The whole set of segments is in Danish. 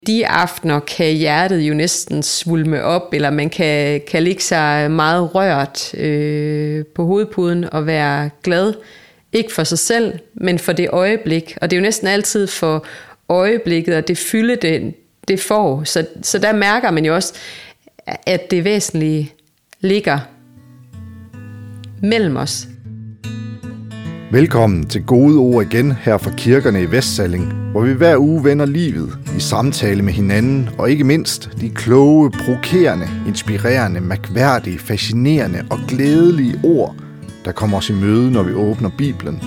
De aftener kan hjertet jo næsten svulme op, eller man kan ligge sig meget rørt på hovedpuden og være glad. Ikke for sig selv, men for det øjeblik. Og det er jo næsten altid for øjeblikket, og det fylde det får. Så der mærker man jo også, at det væsentlige ligger mellem os. Velkommen til Gode Ord igen her fra kirkerne i Vestsalling, hvor vi hver uge vender livet i samtale med hinanden, og ikke mindst de kloge, provokerende, inspirerende, mærkværdige, fascinerende og glædelige ord, der kommer os i møde, når vi åbner Bibelen.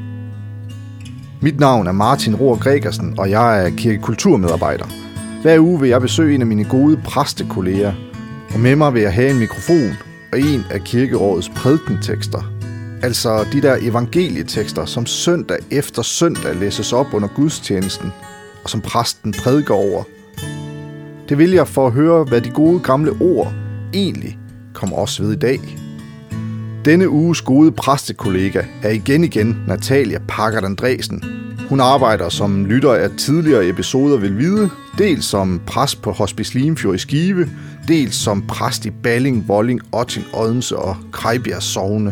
Mit navn er Martin Roar Gregersen, og jeg er kirkekulturmedarbejder. Hver uge vil jeg besøge en af mine gode præstekolleger, og med mig vil jeg have en mikrofon og en af kirkerådets prædikentekster. Altså de der evangelietekster, som søndag efter søndag læses op under gudstjenesten, og som præsten prædiker over. Det vil jeg for at høre, hvad de gode gamle ord egentlig kommer os ved i dag. Denne uges gode præstekollega er igen Natalia Packard Andresen. Hun arbejder som lytter af tidligere episoder vil vide, dels som præst på Hospice Limfjord i Skive, dels som præst i Balling, Volling, Otting, Odense og Krejbjerg sogne.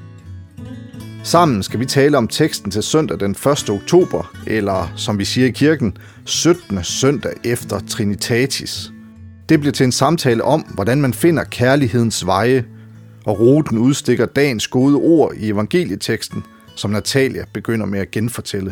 Sammen skal vi tale om teksten til søndag den 1. oktober, eller som vi siger i kirken, 17. søndag efter Trinitatis. Det bliver til en samtale om, hvordan man finder kærlighedens veje, og ruten udstikker dagens gode ord i evangelieteksten, som Natalia begynder med at genfortælle.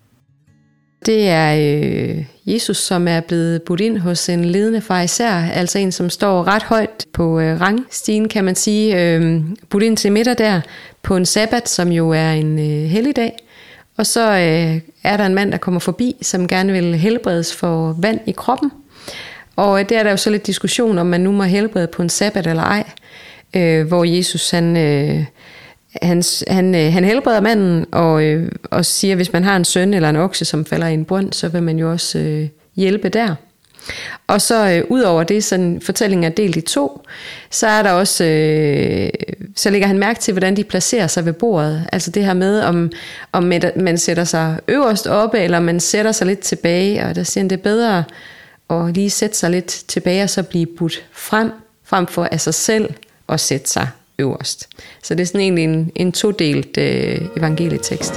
Det er Jesus, som er blevet budt ind hos en ledende farisæer, altså en, som står ret højt på rangstigen, kan man sige, budt ind til middag der på en sabbat, som jo er en helligdag. Og så er der en mand, der kommer forbi, som gerne vil helbredes for vand i kroppen. Og der er der jo så lidt diskussion, om man nu må helbrede på en sabbat eller ej, hvor Jesus han helbreder manden og siger, at hvis man har en søn eller en okse, som falder i en brønd, så vil man jo også hjælpe der. Og så ud over det, sådan fortællingen er delt i to, så er der også, så lægger han mærke til, hvordan de placerer sig ved bordet. Altså det her med, om man sætter sig øverst oppe, eller man sætter sig lidt tilbage, og der siger han, det er bedre at lige sætte sig lidt tilbage, og så blive budt frem for af sig selv at sætte sig øverst. Så det er sådan egentlig en todelt evangelietekst.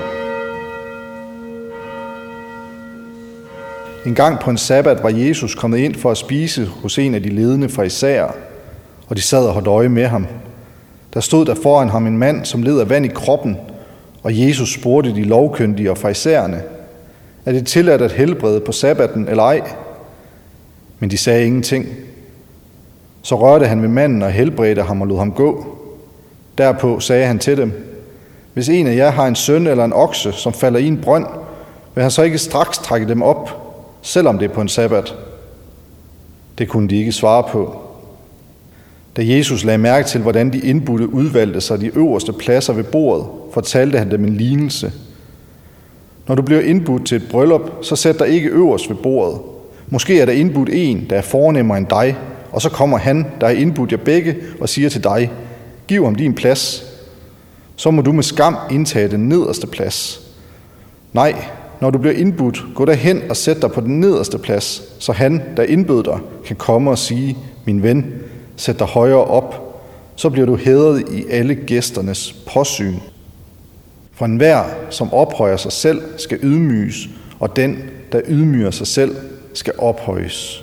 En gang på en sabbat var Jesus kommet ind for at spise hos en af de ledende farisæer, og de sad og holdt øje med ham. Der stod der foran ham en mand, som led af vand i kroppen, og Jesus spurgte de lovkyndige og farisæerne, er det tilladt at helbrede på sabbaten eller ej? Men de sagde ingenting. Så rørte han ved manden og helbredte ham og lod ham gå. Derpå sagde han til dem, hvis en af jer har en søn eller en okse, som falder i en brønd, vil han så ikke straks trække dem op, selvom det er på en sabbat? Det kunne de ikke svare på. Da Jesus lagde mærke til, hvordan de indbudte udvalgte sig de øverste pladser ved bordet, fortalte han dem en lignelse. Når du bliver indbudt til et bryllup, så sæt dig ikke øverst ved bordet. Måske er der indbudt en, der er fornemmere end dig, og så kommer han, der er indbudt jer begge, og siger til dig, giv ham din plads. Så må du med skam indtage den nederste plads. Nej, når du bliver indbudt, gå derhen og sæt dig på den nederste plads, så han, der indbød dig, kan komme og sige, min ven, sæt dig højere op. Så bliver du hædret i alle gæsternes påsyn. For enhver, som ophøjer sig selv, skal ydmyges, og den, der ydmyger sig selv, skal ophøjes.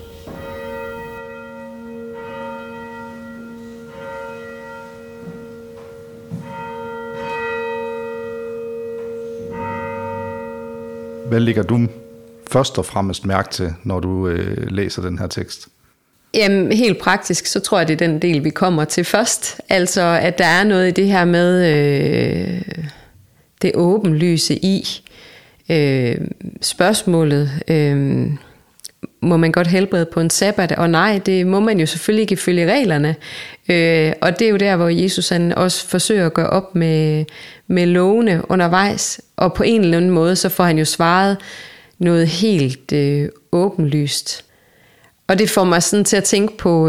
Hvad lægger du først og fremmest mærke til, når du læser den her tekst? Jamen, helt praktisk, så tror jeg, det er den del, vi kommer til først. Altså, at der er noget i det her med det åbenlyse i spørgsmålet. Må man godt helbrede på en sabbat? Og nej, det må man jo selvfølgelig ikke ifølge reglerne. Og det er jo der, hvor Jesus han også forsøger at gøre op med lovene undervejs. Og på en eller anden måde, så får han jo svaret noget helt åbenlyst. Og det får mig sådan til at tænke på,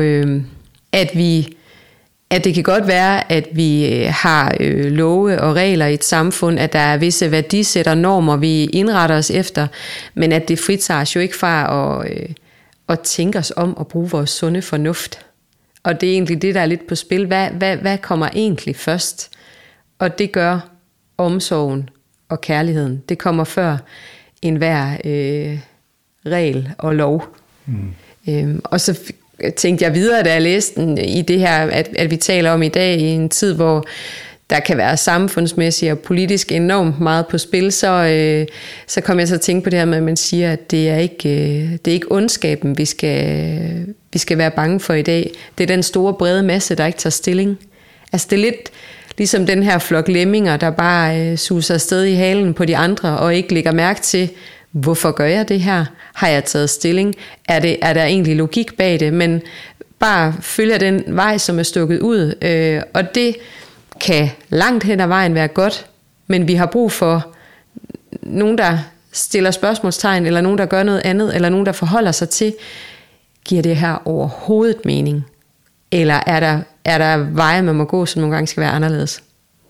at det kan godt være, at vi har love og regler i et samfund, at der er visse værdisæt og normer, vi indretter os efter, men at det fritager os jo ikke fra at tænke os om og bruge vores sunde fornuft. Og det er egentlig det, der er lidt på spil. Hvad kommer egentlig først? Og det gør omsorgen og kærligheden. Det kommer før enhver regel og lov. Og så tænkte jeg videre, da jeg læste den, i det her, at vi taler om i dag, i en tid, hvor der kan være samfundsmæssigt og politisk enormt meget på spil, så kom jeg så at tænke på det her med, at man siger, at det er ikke ondskaben, vi skal være bange for i dag. Det er den store brede masse, der ikke tager stilling. Altså det er lidt ligesom den her flok lemminger, der bare suser afsted i halen på de andre, og ikke lægger mærke til, hvorfor gør jeg det her? Har jeg taget stilling? Er der egentlig logik bag det? Men bare følger den vej, som er stukket ud. Og det kan langt hen ad vejen være godt, men vi har brug for nogen, der stiller spørgsmålstegn, eller nogen, der gør noget andet, eller nogen, der forholder sig til, giver det her overhovedet mening? Eller er der veje, man må gå, som nogle gange skal være anderledes?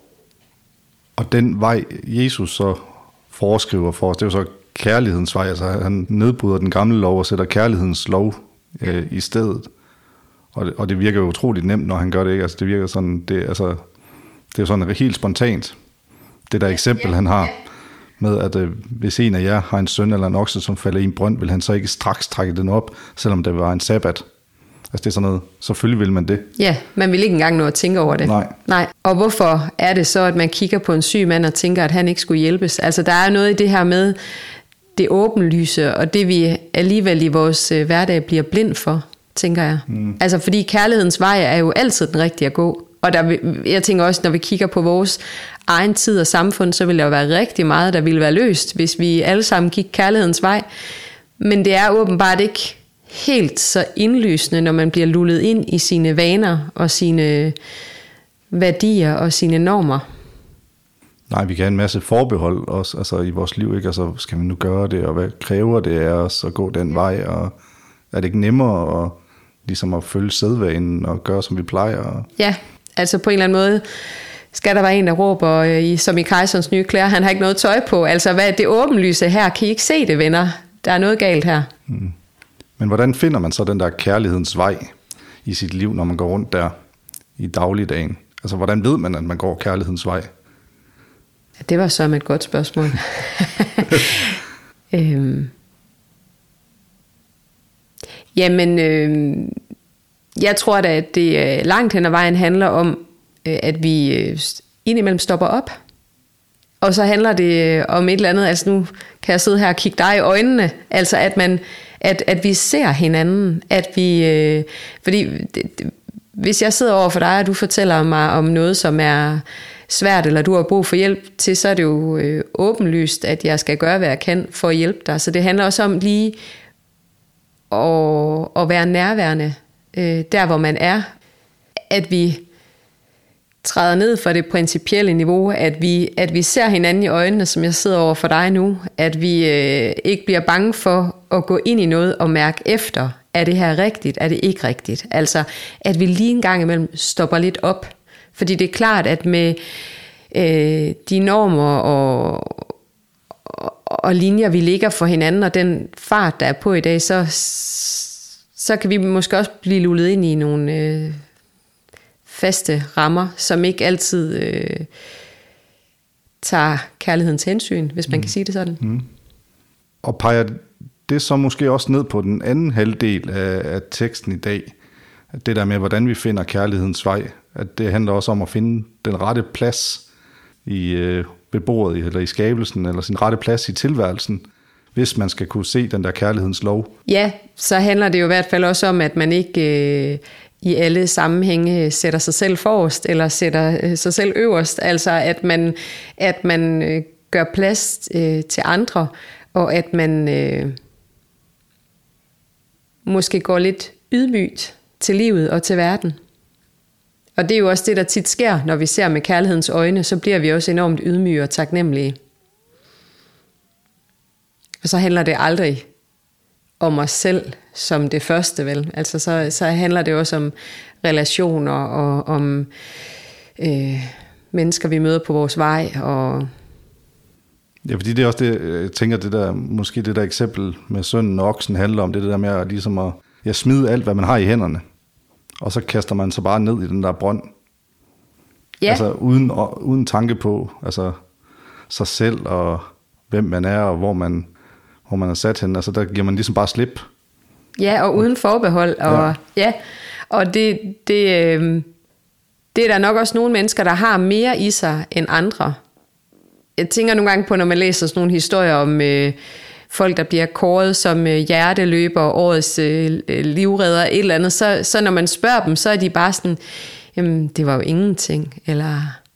Og den vej, Jesus så foreskriver for os, det er jo så kærlighedens vej. Altså han nedbryder den gamle lov og sætter kærlighedens lov i stedet. Og det virker jo utroligt nemt, når han gør det, ikke? Altså det virker sådan, det er jo sådan helt spontant. Det der eksempel, han har med, at hvis en af jer har en søn eller en okse, som falder i en brønd, vil han så ikke straks trække den op, selvom det var en sabbat. Altså det er sådan noget, selvfølgelig vil man det. Ja, man vil ikke engang nå at tænke over det. Nej. Og hvorfor er det så, at man kigger på en syg mand og tænker, at han ikke skulle hjælpes? Altså der er noget i det her med det åbenlyse, og det vi alligevel i vores hverdag bliver blind for, tænker jeg. Altså fordi kærlighedens vej er jo altid den rigtige at gå. Og jeg tænker også, når vi kigger på vores egen tid og samfund, så vil der jo være rigtig meget, der ville være løst, hvis vi alle sammen gik kærlighedens vej. Men det er åbenbart ikke helt så indlysende, når man bliver lullet ind i sine vaner og sine værdier og sine normer. Nej, vi kan have en masse forbehold også, altså i vores liv, ikke? Altså, skal vi nu gøre det, og hvad kræver det af os at gå den vej, og er det ikke nemmere ligesom at følge sædvanen og gøre, som vi plejer? Ja, altså på en eller anden måde skal der være en, der råber, som i Kejserens nye klæder, han har ikke noget tøj på. Altså hvad er det åbenlyse her? Kan I ikke se det, venner? Der er noget galt her. Men hvordan finder man så den der kærlighedens vej i sit liv, når man går rundt der i dagligdagen? Altså hvordan ved man, at man går kærlighedens vej? Ja, det var så et godt spørgsmål. Jeg tror da, at det langt hen ad vejen handler om, at vi indimellem stopper op. Og så handler det om et eller andet, altså nu kan jeg sidde her og kigge dig i øjnene, altså at vi ser hinanden, at vi, fordi hvis jeg sidder over for dig, og du fortæller mig om noget, som er svært, eller du har brug for hjælp til, så er det jo åbenlyst, at jeg skal gøre, hvad jeg kan for at hjælpe dig. Så det handler også om lige at være nærværende, der hvor man er, at vi træder ned for det principielle niveau, at vi ser hinanden i øjnene, som jeg sidder over for dig nu, at vi ikke bliver bange for at gå ind i noget og mærke efter, er det her rigtigt, er det ikke rigtigt? Altså, at vi lige en gang imellem stopper lidt op, fordi det er klart, at med de normer og linjer, vi ligger for hinanden, og den fart, der er på i dag, så kan vi måske også blive lullet ind i nogle faste rammer, som ikke altid tager kærlighedens hensyn, hvis man kan sige det sådan. Og peger det så måske også ned på den anden halvdel af teksten i dag, at det der med, hvordan vi finder kærlighedens vej, at det handler også om at finde den rette plads ved bordet, eller i skabelsen, eller sin rette plads i tilværelsen, hvis man skal kunne se den der kærlighedens lov. Ja, så handler det jo i hvert fald også om, at man ikke i alle sammenhænge sætter sig selv forrest, eller sætter sig selv øverst, altså at man gør plads til andre, og at man måske går lidt ydmygt til livet og til verden. Og det er jo også det, der tit sker, når vi ser med kærlighedens øjne, så bliver vi også enormt ydmyge og taknemmelige. Og så handler det aldrig om os selv som det første, vel? Altså så handler det også om relationer og om mennesker, vi møder på vores vej. Ja, fordi det er også det, jeg tænker, måske det der eksempel med sønnen og oksen handler om, det der med at smide alt, hvad man har i hænderne, og så kaster man sig bare ned i den der brønd. Ja. Altså uden tanke på altså sig selv og hvem man er og hvor man er sat hen. Altså der giver man ligesom bare slip. Ja, og uden forbehold. Og, og det er der nok også nogle mennesker, der har mere i sig end andre. Jeg tænker nogle gange på, når man læser sådan nogle historier om folk, der bliver kåret som hjerteløber, årets livredder, et eller andet, så når man spørger dem, så er de bare sådan, jamen det var jo ingenting, eller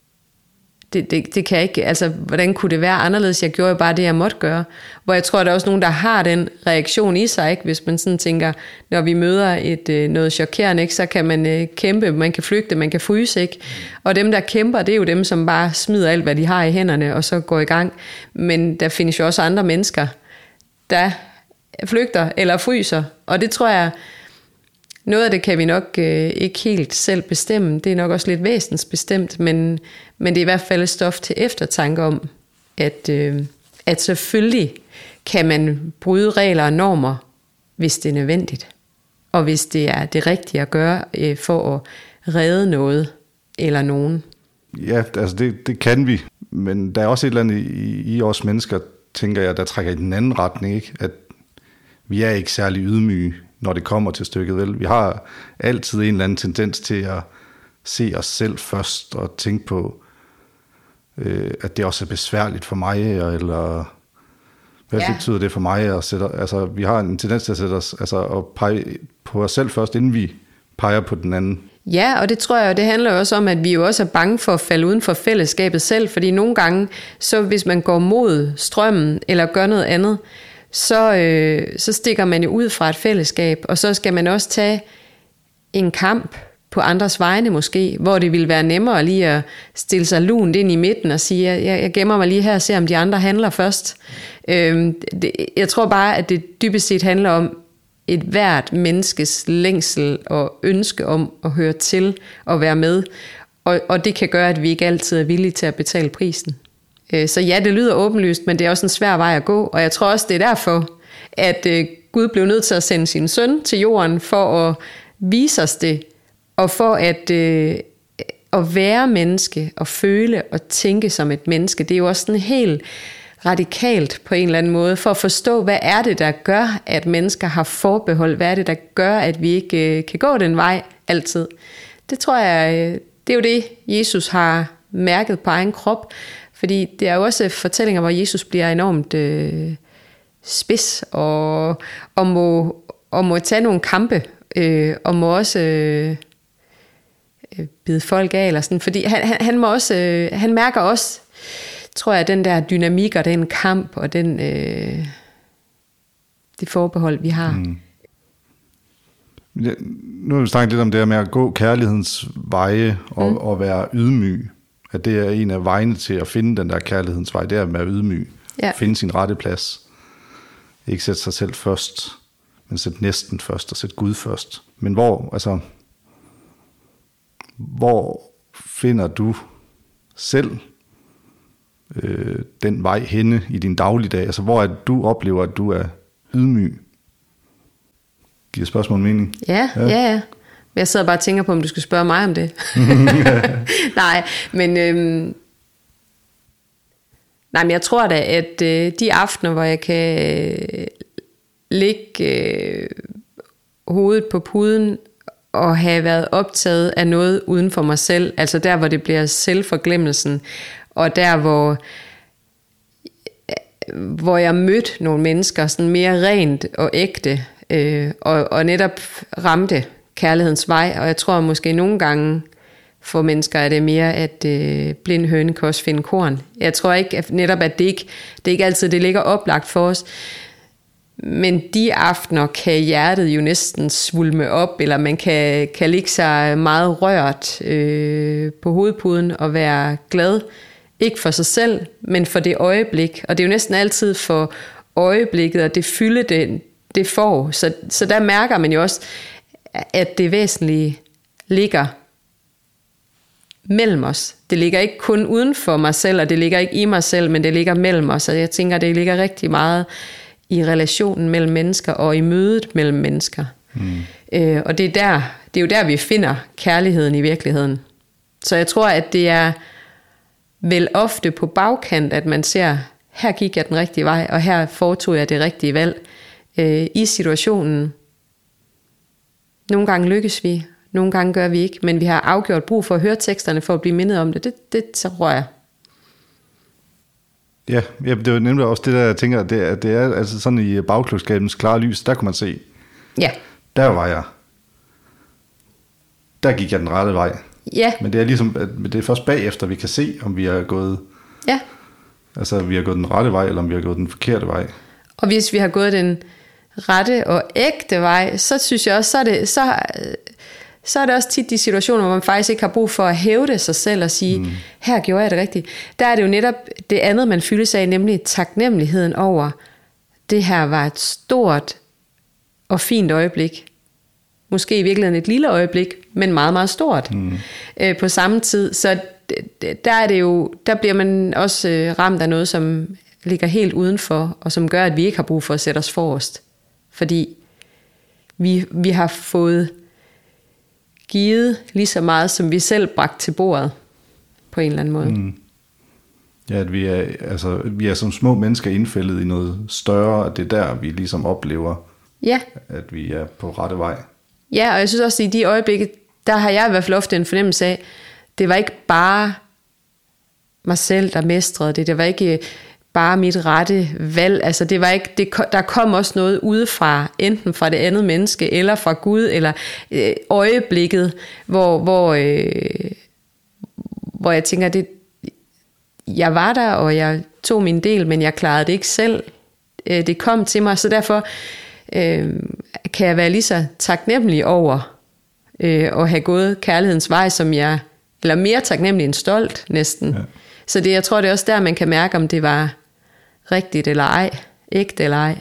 det kan ikke, altså hvordan kunne det være anderledes, jeg gjorde jo bare det, jeg måtte gøre. Hvor jeg tror, der er også nogen, der har den reaktion i sig, ikke? Hvis man sådan tænker, når vi møder noget chokerende, ikke? Så kan man kæmpe, man kan flygte, man kan fryse, ikke? Og dem, der kæmper, det er jo dem, som bare smider alt, hvad de har i hænderne, og så går i gang. Men der findes jo også andre mennesker, der flygter eller fryser, og det tror jeg, noget af det kan vi nok ikke helt selv bestemme. Det er nok også lidt væsensbestemt, men det er i hvert fald et stof til eftertanke om, at selvfølgelig kan man bryde regler og normer, hvis det er nødvendigt. Og hvis det er det rigtige at gøre for at redde noget eller nogen. Ja, altså det kan vi. Men der er også et eller andet i os mennesker, tænker jeg, der trækker i den anden retning, ikke? At vi er ikke særlig ydmyge, når det kommer til stykket, vel? Vi har altid en eller anden tendens til at se os selv først og tænke på, at det også er besværligt for mig, eller hvad betyder det for mig? Altså, vi har en tendens til at sætte os, altså, at pege på os selv først, inden vi peger på den anden. Ja, og det tror jeg, det handler jo også om, at vi jo også er bange for at falde uden for fællesskabet selv, fordi nogle gange, så hvis man går mod strømmen, eller gør noget andet, så stikker man jo ud fra et fællesskab, og så skal man også tage en kamp på andres vegne måske, hvor det ville være nemmere lige at stille sig lunt ind i midten og sige, jeg gemmer mig lige her og ser, om de andre handler først. Jeg tror bare, at det dybest set handler om et hvert menneskes længsel og ønske om at høre til og være med, og det kan gøre, at vi ikke altid er villige til at betale prisen. Så ja, det lyder åbenlyst, men det er også en svær vej at gå, og jeg tror også, det er derfor, at Gud blev nødt til at sende sin søn til jorden for at vise os det, og for at være menneske og føle og tænke som et menneske. Det er jo også sådan helt radikalt på en eller anden måde, for at forstå, hvad er det, der gør, at mennesker har forbehold, hvad er det, der gør, at vi ikke kan gå den vej altid. Det tror jeg, det er jo det, Jesus har mærket på egen krop, fordi det er jo også fortællinger, hvor Jesus bliver enormt spids og må tage nogle kampe, og må også bide folk af, eller sådan, fordi han må også, han mærker også, tror jeg, den der dynamik og den kamp og den det forbehold, vi har. Ja, nu har vi snakket lidt om det her med at gå kærlighedens veje og være ydmyg. At det er en af vejene til at finde den der kærlighedens vej, det er at være ydmyg. Ja. Finde sin rette plads. Ikke sætte sig selv først, men sætte næsten først og sætte Gud først. Men hvor finder du selv den vej henne i din dagligdag? Altså hvor er du oplever, at du er ydmyg? Giver spørgsmålet mening? Ja. Jeg sidder bare og tænker på, om du skal spørge mig om det. Nej, men jeg tror da, at de aftener, hvor jeg kan ligge hovedet på puden og have været optaget af noget uden for mig selv, altså der, hvor det bliver selvforglemmelsen, og der, hvor jeg mødte nogle mennesker sådan mere rent og ægte, og netop ramte kærlighedens vej, og jeg tror måske nogle gange for mennesker er det mere, at blind høne kan også finde korn. Jeg tror ikke, at netop at det ikke altid det ligger oplagt for os, men de aftener kan hjertet jo næsten svulme op, eller man kan ligge sig meget rørt på hovedpuden og være glad, ikke for sig selv, men for det øjeblik, og det er jo næsten altid for øjeblikket, og det fylde det får, så der mærker man jo også, at det væsentlige ligger mellem os. Det ligger ikke kun uden for mig selv, og det ligger ikke i mig selv, men det ligger mellem os. Og jeg tænker, det ligger rigtig meget i relationen mellem mennesker og i mødet mellem mennesker. Og det er jo der, vi finder kærligheden i virkeligheden. Så jeg tror, at det er vel ofte på bagkant, at man ser, her gik jeg den rigtige vej, og her foretog jeg det rigtige valg i situationen. Nogle gange lykkes vi, nogle gange gør vi ikke, men vi har afgjort brug for at høre teksterne, for at blive mindet om det. Det tror jeg. Ja, det var nemlig også det, der jeg tænker, det er altså sådan i bagklogskabens klare lys, der kunne man se, ja. Der var jeg. Der gik jeg den rette vej. Ja. Men det er ligesom, det er først bagefter, vi kan se, om vi har gået, altså vi har gået den rette vej, eller om vi har gået den forkerte vej. Og hvis vi har gået den rette og ægte vej, så synes jeg også, så er det også tit de situationer, hvor man faktisk ikke har brug for at hævde sig selv og sige, her gjorde jeg det rigtigt. Der er det jo netop det andet, man fyldes af, nemlig taknemmeligheden over, det her var et stort og fint øjeblik. Måske i virkeligheden et lille øjeblik, men meget, meget stort på samme tid. Så der er det jo, der bliver man også ramt af noget, som ligger helt udenfor, og som gør, at vi ikke har brug for at sætte os forrest. Fordi vi har fået givet lige så meget, som vi selv bragte til bordet, på en eller anden måde. Ja, at vi er som små mennesker indfældet i noget større, at det er der, vi ligesom oplever, at vi er på rette vej. Ja, og jeg synes også, at i de øjeblikke, der har jeg i hvert fald ofte en fornemmelse af, det var ikke bare mig selv, der mestrede det. Det var ikke bare mit rette valg. Altså det var ikke, der kom også noget udefra, enten fra det andet menneske, eller fra Gud, eller øjeblikket, hvor jeg tænker, jeg var der, og jeg tog min del, men jeg klarede det ikke selv. Det kom til mig, så derfor kan jeg være lige så taknemmelig over at have gået kærlighedens vej, som jeg, eller mere taknemmelig end stolt næsten. Ja. Så jeg tror, det er også der, man kan mærke, om det var rigtigt eller ej, ægte eller ej.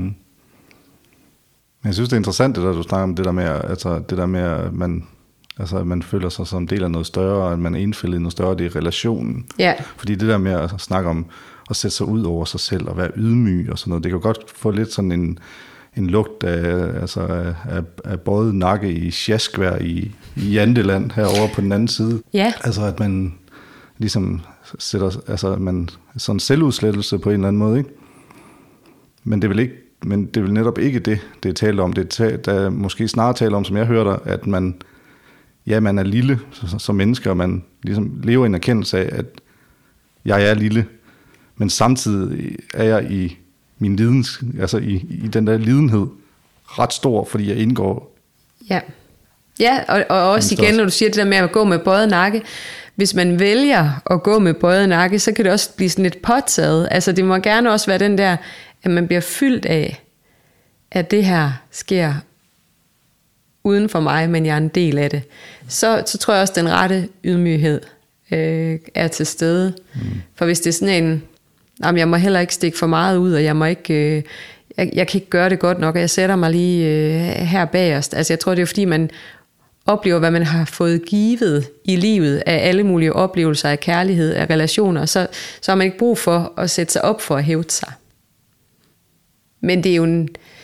Jeg synes, det er interessant, det der, du snakker om, det der med, at man føler sig som del af noget større, og at man er indfældet i noget større, det er relationen. Ja. Fordi det der med at snakke om at sætte sig ud over sig selv, og være ydmyg og sådan noget, det kan godt få lidt sådan en lugt af både nakke i sjaskvær i Jandeland herovre på den anden side. Ja. Altså at man ligesom sætter, sådan en selvudslettelse på en eller anden måde, ikke? Men det er vel netop ikke det er talt om. Det er måske snarere talt om, som jeg hørte, at man er lille som menneske, og man ligesom lever i en erkendelse af, at jeg er lille, men samtidig er jeg i min lidens, altså i den der lidenhed ret stor, fordi jeg indgår. Ja, og også igen, når du siger det der med at gå med bøjet nakke, hvis man vælger at gå med bøjet nakke, så kan det også blive sådan lidt påtaget. Altså det må gerne også være den der, at man bliver fyldt af, at det her sker uden for mig, men jeg er en del af det. Så tror jeg også, at den rette ydmyghed er til stede. For hvis det er sådan en, jeg må heller ikke stikke for meget ud, og jeg må ikke, jeg kan ikke gøre det godt nok, og jeg sætter mig lige her bagerst. Altså jeg tror, det er fordi, man oplever, hvad man har fået givet i livet af alle mulige oplevelser af kærlighed, af relationer, så har man ikke brug for at sætte sig op for at hævde sig. Men det er jo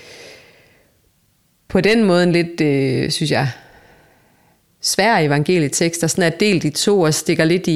på den måde en lidt, synes jeg, svær evangelietekst, der sådan er delt i to og stikker lidt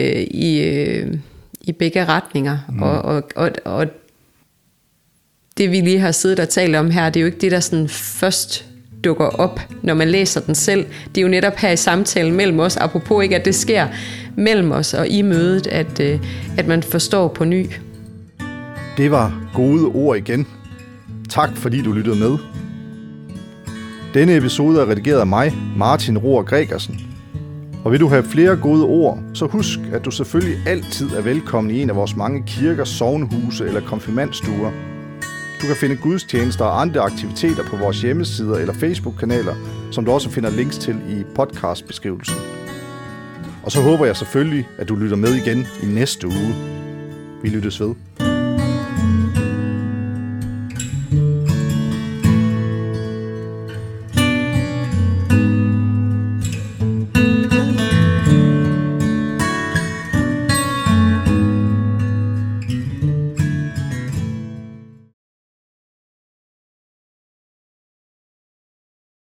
i begge retninger. Og det vi lige har siddet og talt om her, det er jo ikke det, der sådan først dukker op, når man læser den selv. Det er jo netop her i samtalen mellem os, apropos ikke, at det sker mellem os og i mødet, at man forstår på ny. Det var gode ord igen. Tak fordi du lyttede med. Denne episode er redigeret af mig, Martin Roar Gregersen. Og vil du have flere gode ord, så husk, at du selvfølgelig altid er velkommen i en af vores mange kirker, sognehuse eller konfirmandstuer. Du kan finde gudstjenester og andre aktiviteter på vores hjemmesider eller Facebook-kanaler, som du også finder links til i podcastbeskrivelsen. Og så håber jeg selvfølgelig, at du lytter med igen i næste uge. Vi lyttes ved.